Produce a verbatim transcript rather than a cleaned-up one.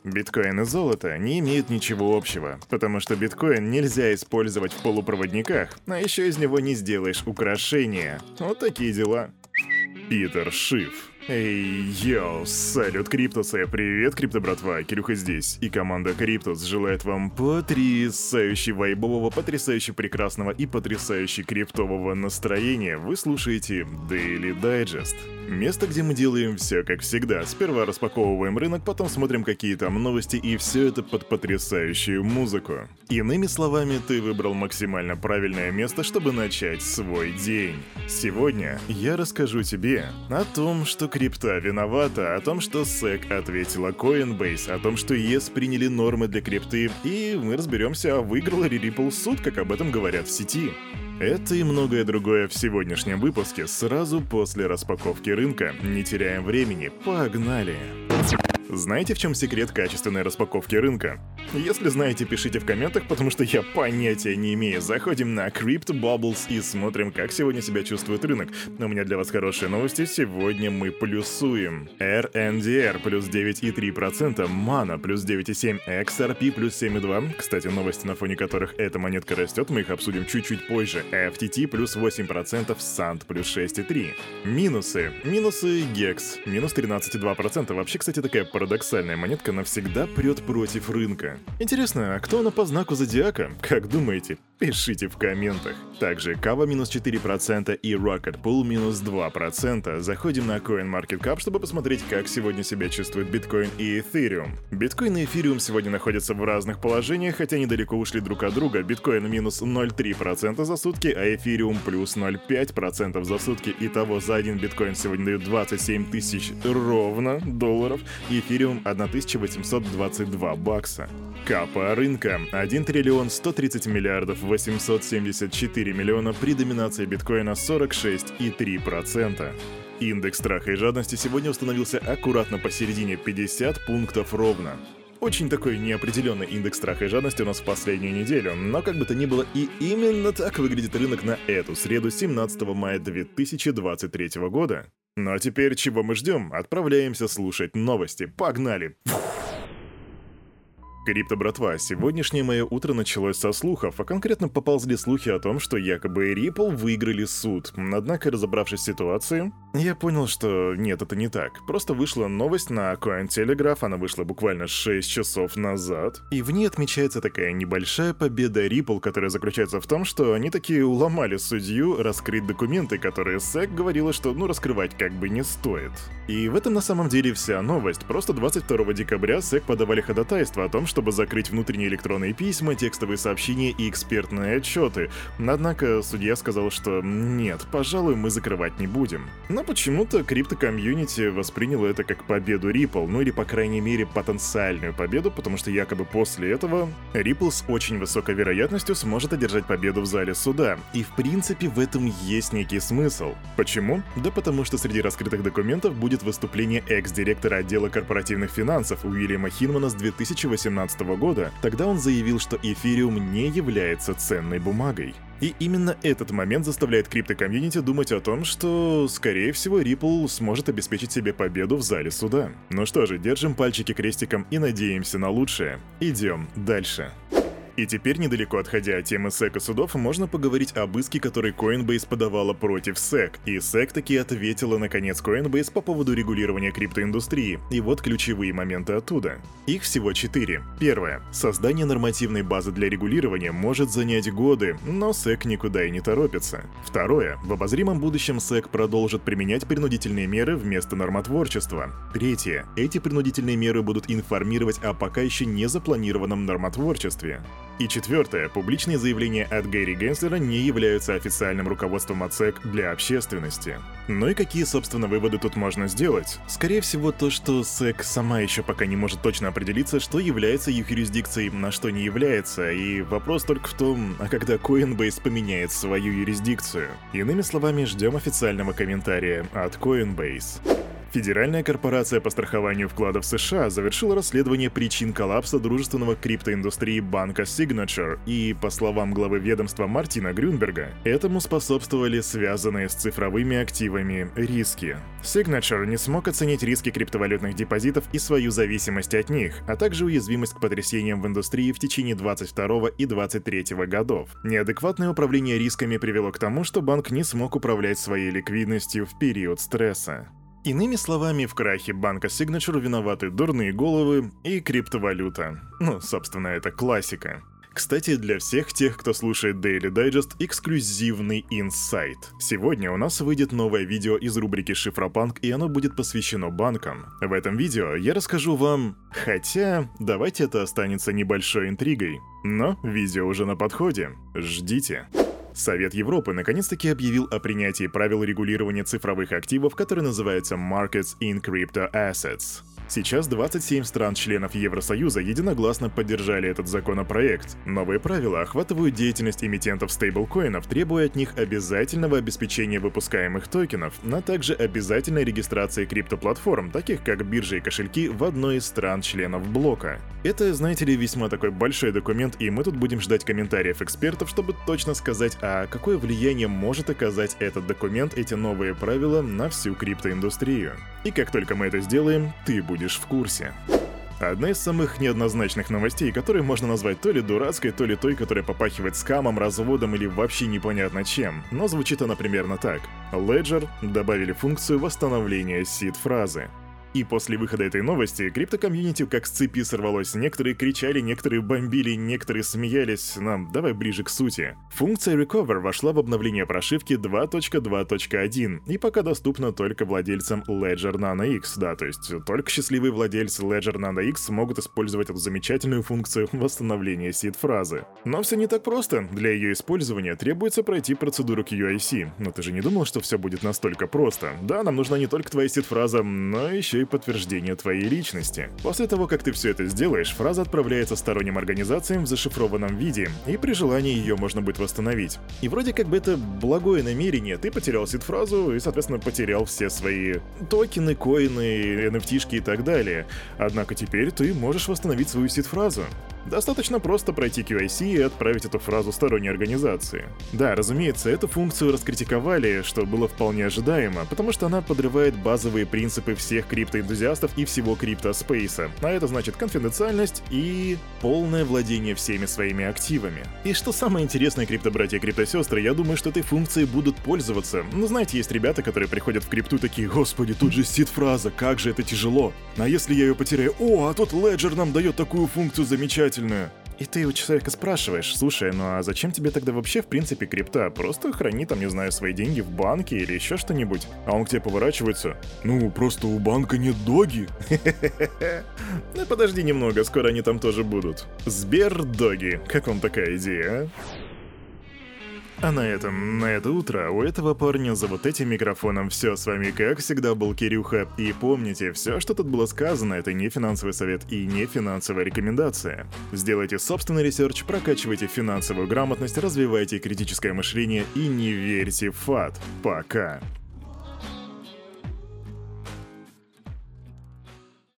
Биткоин и золото не имеют ничего общего, потому что биткоин нельзя использовать в полупроводниках, а еще из него не сделаешь украшения. Вот такие дела. Питер Шиф. Эй, йоу, салют, Криптусы, привет, Крипто братва, Кирюха здесь, и команда Криптус желает вам потрясающе вайбового, потрясающе прекрасного и потрясающе криптового настроения. Вы слушаете Daily Digest. Место, где мы делаем все как всегда. Сперва распаковываем рынок, потом смотрим какие там новости, и все это под потрясающую музыку. Иными словами, ты выбрал максимально правильное место, чтобы начать свой день. Сегодня я расскажу тебе о том, что крипта виновата, о том, что сэк ответила Coinbase, о том, что ЕС приняли нормы для крипты, и мы разберемся, а выиграл ли Ripple суд, как об этом говорят в сети. Это и многое другое в сегодняшнем выпуске, сразу после распаковки рынка. Не теряем времени, погнали! Знаете, в чем секрет качественной распаковки рынка? Если знаете, пишите в комментах, потому что я понятия не имею. Заходим на CryptoBubbles и смотрим, как сегодня себя чувствует рынок. У меня для вас хорошие новости. Сегодня мы плюсуем. эр эн ди эр плюс девять и три процента, Mana плюс девять и семь процента, икс ар пи плюс семь и два процента. Кстати, новости, на фоне которых эта монетка растет, мы их обсудим чуть-чуть позже. эф ти ти плюс восемь процентов, санд плюс шесть и три процента. Минусы. Минусы гекс. Минус тринадцать и два процента. Вообще, кстати, такая парадоксальная монетка навсегда прет против рынка. Интересно, а кто она по знаку зодиака? Как думаете? Пишите в комментах. Также Кава минус четыре процента и Rocket Pool минус два процента. Заходим на CoinMarketCap, чтобы посмотреть, как сегодня себя чувствуют биткоин и эфириум. Биткоин и эфириум сегодня находятся в разных положениях, хотя недалеко ушли друг от друга. Биткоин минус ноль целых три десятых процента за сутки, а эфириум плюс ноль целых пять десятых процента за сутки. Итого за один биткоин сегодня дают двадцать семь тысяч ровно долларов, и эфириум тысяча восемьсот двадцать два бакса. Капа рынка один триллион сто тридцать миллиардов восемьсот семьдесят четыре миллиона при доминации биткоина сорок шесть и три десятых процента. Индекс страха и жадности сегодня установился аккуратно посередине, пятьдесят пунктов ровно. Очень такой неопределенный индекс страха и жадности у нас в последнюю неделю, но как бы то ни было, и именно так выглядит рынок на эту среду, семнадцатого мая две тысячи двадцать третьего года. Ну а теперь чего мы ждем? Отправляемся слушать новости. Погнали! Крипто братва, сегодняшнее мое утро началось со слухов, а конкретно поползли слухи о том, что якобы Ripple выиграли суд. Однако, разобравшись в ситуации, я понял, что нет, это не так. Просто вышла новость на Cointelegraph, она вышла буквально шесть часов назад, и в ней отмечается такая небольшая победа Ripple, которая заключается в том, что они таки уломали судью раскрыть документы, которые сэк говорила, что ну раскрывать как бы не стоит. И в этом на самом деле вся новость. Просто двадцать второго декабря сэк подавали ходатайство о том, что чтобы закрыть внутренние электронные письма, текстовые сообщения и экспертные отчеты. Однако судья сказал, что нет, пожалуй, мы закрывать не будем. Но почему-то крипто-комьюнити восприняло это как победу Ripple, ну или по крайней мере потенциальную победу, потому что якобы после этого Ripple с очень высокой вероятностью сможет одержать победу в зале суда. И в принципе в этом есть некий смысл. Почему? Да потому что среди раскрытых документов будет выступление экс-директора отдела корпоративных финансов Уильяма Хинмана с две тысячи восемнадцатого года. Тогда он заявил, что эфириум не является ценной бумагой. И именно этот момент заставляет крипто-комьюнити думать о том, что, скорее всего, Ripple сможет обеспечить себе победу в зале суда. Ну что же, держим пальчики крестиком и надеемся на лучшее. Идем дальше. И теперь, недалеко отходя от темы сэк и судов, можно поговорить об иске, который Coinbase подавала против сэк. И сэк таки ответила, наконец, Coinbase по поводу регулирования криптоиндустрии. И вот ключевые моменты оттуда. Их всего четыре. Первое. Создание нормативной базы для регулирования может занять годы, но сэк никуда и не торопится. Второе. В обозримом будущем сэк продолжит применять принудительные меры вместо нормотворчества. Третье. Эти принудительные меры будут информировать о пока еще не запланированном нормотворчестве. И четвертое. Публичные заявления от Гэри Генслера не являются официальным руководством от сэк для общественности. Ну и какие, собственно, выводы тут можно сделать? Скорее всего, то, что сэк сама еще пока не может точно определиться, что является ее юрисдикцией, на что не является, и вопрос только в том, а когда Coinbase поменяет свою юрисдикцию. Иными словами, ждем официального комментария от Coinbase. Федеральная корпорация по страхованию вкладов США завершила расследование причин коллапса дружественного криптоиндустрии банка Signature, и, по словам главы ведомства Мартина Грюнберга, этому способствовали связанные с цифровыми активами риски. Signature не смог оценить риски криптовалютных депозитов и свою зависимость от них, а также уязвимость к потрясениям в индустрии в течение двадцать второго и двадцать третьего годов. Неадекватное управление рисками привело к тому, что банк не смог управлять своей ликвидностью в период стресса. Иными словами, в крахе банка Signature виноваты дурные головы и криптовалюта. Ну, собственно, это классика. Кстати, для всех тех, кто слушает Daily Digest, эксклюзивный инсайт. Сегодня у нас выйдет новое видео из рубрики «Шифропанк», и оно будет посвящено банкам. В этом видео я расскажу вам... Хотя, давайте это останется небольшой интригой. Но видео уже на подходе. Ждите. Совет Европы наконец-таки объявил о принятии правил регулирования цифровых активов, который называется Markets in Crypto Assets. Сейчас двадцать семь стран-членов Евросоюза единогласно поддержали этот законопроект. Новые правила охватывают деятельность эмитентов стейблкоинов, требуя от них обязательного обеспечения выпускаемых токенов, а также обязательной регистрации криптоплатформ, таких как биржи и кошельки, в одной из стран-членов блока. Это, знаете ли, весьма такой большой документ, и мы тут будем ждать комментариев экспертов, чтобы точно сказать, а какое влияние может оказать этот документ, эти новые правила на всю криптоиндустрию. И как только мы это сделаем, ты будешь будешь в курсе. Одна из самых неоднозначных новостей, которые можно назвать то ли дурацкой, то ли той, которая попахивает скамом, разводом или вообще непонятно чем, но звучит она примерно так. Ledger добавили функцию восстановления сид-фразы. И после выхода этой новости крипто-комьюнити как с цепи сорвалось. Некоторые кричали, некоторые бомбили, некоторые смеялись. Нам давай ближе к сути. Функция Recover вошла в обновление прошивки два точка два точка один и пока доступна только владельцам Ledger Nano X. Да, то есть только счастливые владельцы Ledger Nano X могут использовать эту замечательную функцию восстановления сид-фразы. Но все не так просто. Для ее использования требуется пройти процедуру кью ай си. Но ты же не думал, что все будет настолько просто? Да, нам нужна не только твоя сид-фраза, но еще и подтверждение твоей личности. После того, как ты все это сделаешь, фраза отправляется сторонним организациям в зашифрованном виде, и при желании ее можно будет восстановить. И вроде как бы это благое намерение, ты потерял сид-фразу и, соответственно, потерял все свои токены, коины, эн эф ти-шки и так далее. Однако теперь ты можешь восстановить свою сид-фразу. Достаточно просто пройти кью ай си и отправить эту фразу сторонней организации. Да, разумеется, эту функцию раскритиковали, что было вполне ожидаемо, потому что она подрывает базовые принципы всех криптоэнтузиастов и всего криптоспейса, а это значит конфиденциальность и полное владение всеми своими активами. И что самое интересное, криптобратья и криптосестры, я думаю, что этой функцией будут пользоваться. Ну, знаете, есть ребята, которые приходят в крипту такие: «Господи, тут же сид-фраза, как же это тяжело! А если я ее потеряю? О, а тут Ledger нам дает такую функцию замечательную!» И ты у человека спрашиваешь: слушай, ну а зачем тебе тогда вообще в принципе крипта? Просто храни там, не знаю, свои деньги в банке или еще что-нибудь. А он к тебе поворачивается: ну, просто у банка нет доги. Ну подожди немного, скоро они там тоже будут. Сбердоги. Как вам такая идея, а? А на этом, на это утро у этого парня за вот этим микрофоном все. С вами, как всегда, был Кирюха. И помните, все, что тут было сказано, это не финансовый совет и не финансовая рекомендация. Сделайте собственный ресерч, прокачивайте финансовую грамотность, развивайте критическое мышление и не верьте в фат. Пока.